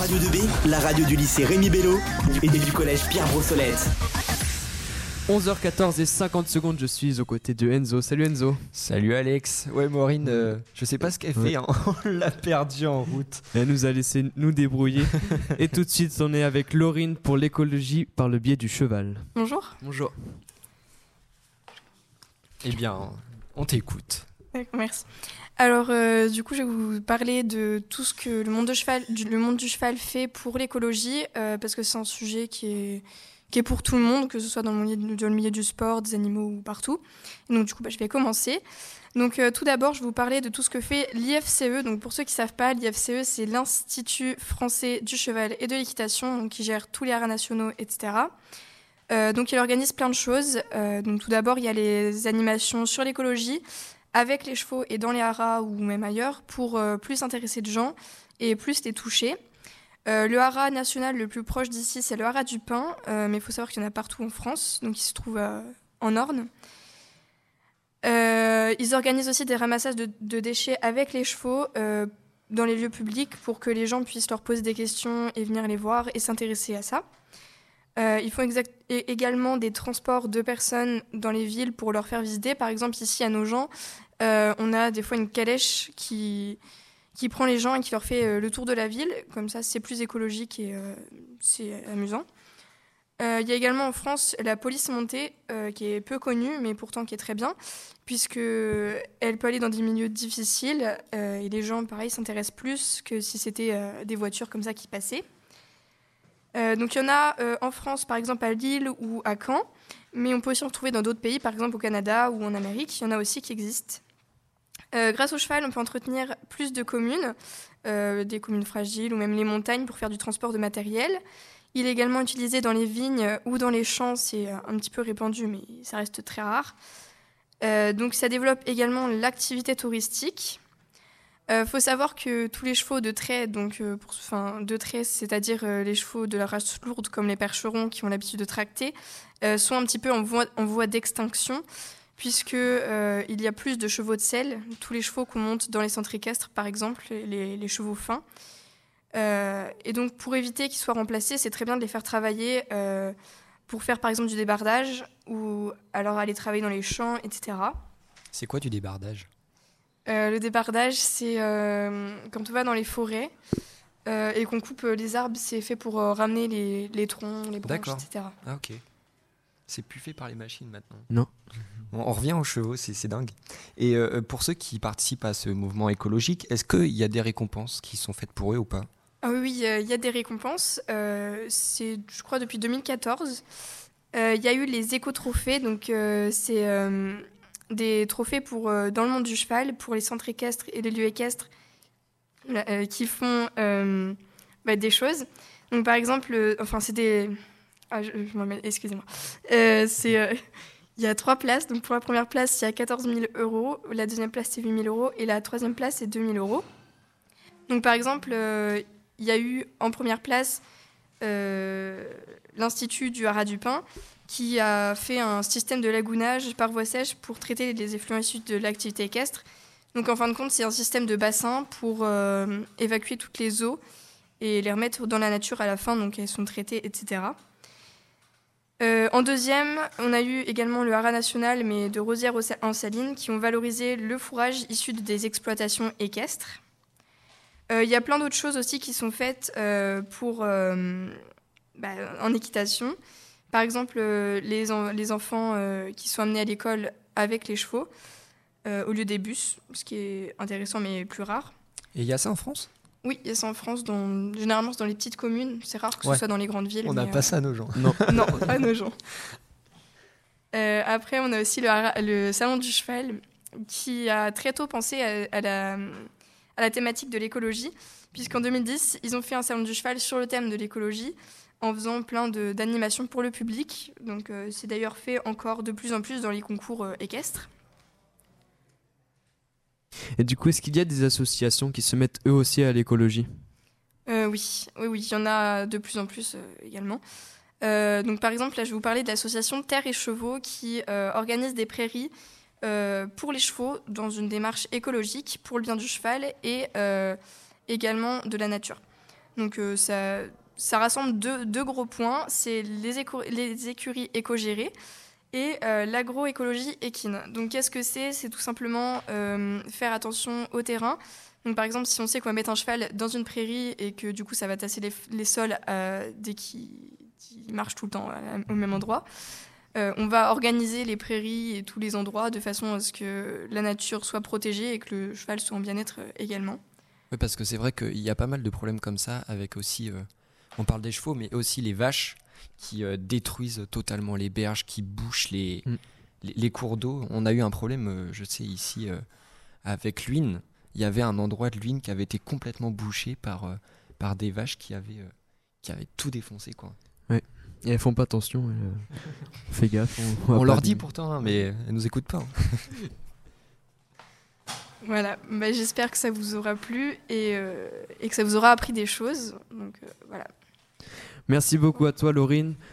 Radio 2B, la radio du lycée Rémi Bello et du collège Pierre Brossolette. 11h14 et 50 secondes, je suis aux côtés de Enzo. Salut Enzo. Salut Alex. Ouais, Maureen, je sais pas ce qu'elle fait, hein. On l'a perdue en route. Elle nous a laissé nous débrouiller. Et tout de suite, on est avec Laurine pour l'écologie par le biais du cheval. Bonjour. Bonjour. Eh bien, on t'écoute. Merci. Alors, du coup, je vais vous parler de tout ce que le monde du cheval fait pour l'écologie, parce que c'est un sujet qui est pour tout le monde, que ce soit dans le milieu du sport, des animaux ou partout. Et donc, du coup, je vais commencer. Donc, tout d'abord, je vais vous parler de tout ce que fait l'IFCE. Donc, pour ceux qui ne savent pas, l'IFCE, c'est l'Institut français du cheval et de l'équitation, donc qui gère tous les haras nationaux, etc. Donc, il organise plein de choses. Donc, tout d'abord, il y a les animations sur l'écologie, avec les chevaux et dans les haras ou même ailleurs, pour plus intéresser de gens et plus les toucher. Le haras national le plus proche d'ici, c'est le haras du Pin, mais il faut savoir qu'il y en a partout en France, donc il se trouve en Orne. Ils organisent aussi des ramassages de déchets avec les chevaux dans les lieux publics pour que les gens puissent leur poser des questions et venir les voir et s'intéresser à ça. Ils font également des transports de personnes dans les villes pour leur faire visiter. Par exemple, ici à Nogent, on a des fois une calèche qui prend les gens et qui leur fait le tour de la ville. Comme ça, c'est plus écologique et c'est amusant. Il y a également en France la police montée, qui est peu connue, mais pourtant qui est très bien, puisqu'elle peut aller dans des milieux difficiles et les gens, pareil, s'intéressent plus que si c'était des voitures comme ça qui passaient. Donc il y en a en France, par exemple à Lille ou à Caen, mais on peut aussi en retrouver dans d'autres pays, par exemple au Canada ou en Amérique. Il y en a aussi qui existent. Grâce au cheval, on peut entretenir plus de communes, des communes fragiles ou même les montagnes pour faire du transport de matériel. Il est également utilisé dans les vignes ou dans les champs, c'est un petit peu répandu, mais ça reste très rare. Donc ça développe également l'activité touristique. Faut savoir que tous les chevaux de trait, de trait, c'est-à-dire les chevaux de la race lourde comme les percherons qui ont l'habitude de tracter, sont un petit peu en voie d'extinction, puisque il y a plus de chevaux de selle. Tous les chevaux qu'on monte dans les centres équestres, par exemple, les chevaux fins. Et donc, pour éviter qu'ils soient remplacés, c'est très bien de les faire travailler pour faire, par exemple, du débardage ou alors aller travailler dans les champs, etc. C'est quoi du débardage ? Le débardage, c'est quand on va dans les forêts et qu'on coupe les arbres, c'est fait pour ramener les troncs, les branches, etc. Ah, ok. C'est plus fait par les machines maintenant. Non. On revient aux chevaux, c'est dingue. Et pour ceux qui participent à ce mouvement écologique, est-ce qu'il y a des récompenses qui sont faites pour eux ou pas ? Ah oui, il y a des récompenses. C'est, je crois, depuis 2014. Il y a eu les éco-trophées, donc c'est des trophées dans le monde du cheval, pour les centres équestres et les lieux équestres qui font des choses. Donc par exemple, c'est des... je m'en mets, excusez-moi. Il y a 3 places. Donc pour la première place, il y a 14 000 €. La deuxième place, c'est 8 000 € et la troisième place, c'est 2 000 €. Donc par exemple, il y a eu en première place l'Institut du haras du Pin, qui a fait un système de lagounage par voie sèche pour traiter les effluents issus de l'activité équestre. Donc en fin de compte, c'est un système de bassin pour évacuer toutes les eaux et les remettre dans la nature à la fin, donc elles sont traitées, etc. En deuxième, on a eu également le haras national, mais de Rosières-en-Salines, qui ont valorisé le fourrage issu des exploitations équestres. Il y a plein d'autres choses aussi qui sont faites en équitation. Par exemple, les enfants qui sont amenés à l'école avec les chevaux au lieu des bus, ce qui est intéressant mais plus rare. Et il y a ça en France ? Oui, il y a ça en France. Généralement, c'est dans les petites communes. C'est rare que ce soit dans les grandes villes. On n'a pas ça à Nogent. Non. Non, pas à Nogent. Après, on a aussi le Salon du cheval, qui a très tôt pensé à la thématique de l'écologie, puisqu'en 2010, ils ont fait un Salon du cheval sur le thème de l'écologie, en faisant plein d'animations pour le public. Donc, c'est d'ailleurs fait encore de plus en plus dans les concours équestres. Et du coup, est-ce qu'il y a des associations qui se mettent eux aussi à l'écologie ? Oui, il y en a de plus en plus également. Donc, par exemple, là, je vais vous parler de l'association Terre et Chevaux qui organise des prairies pour les chevaux dans une démarche écologique pour le bien du cheval et également de la nature. Donc ça rassemble deux gros points, c'est les écuries éco-gérées et l'agroécologie équine. Donc qu'est-ce que c'est ? C'est tout simplement faire attention au terrain. Donc par exemple, si on sait qu'on va mettre un cheval dans une prairie et que du coup ça va tasser les sols dès qu'il marche tout le temps au même endroit, on va organiser les prairies et tous les endroits de façon à ce que la nature soit protégée et que le cheval soit en bien-être également. Oui, parce que c'est vrai qu'il y a pas mal de problèmes comme ça avec aussi, on parle des chevaux, mais aussi les vaches qui détruisent totalement les berges, qui bouchent les cours d'eau. On a eu un problème, je sais ici, avec l'Huisne. Il y avait un endroit de l'Huisne qui avait été complètement bouché par des vaches qui avaient tout défoncé, quoi. Ouais. Et elles font pas attention. Fais gaffe. On leur dit pourtant, hein, mais elles nous écoutent pas. Hein. Voilà, j'espère que ça vous aura plu et que ça vous aura appris des choses. Donc voilà. Merci beaucoup à toi, Laurine.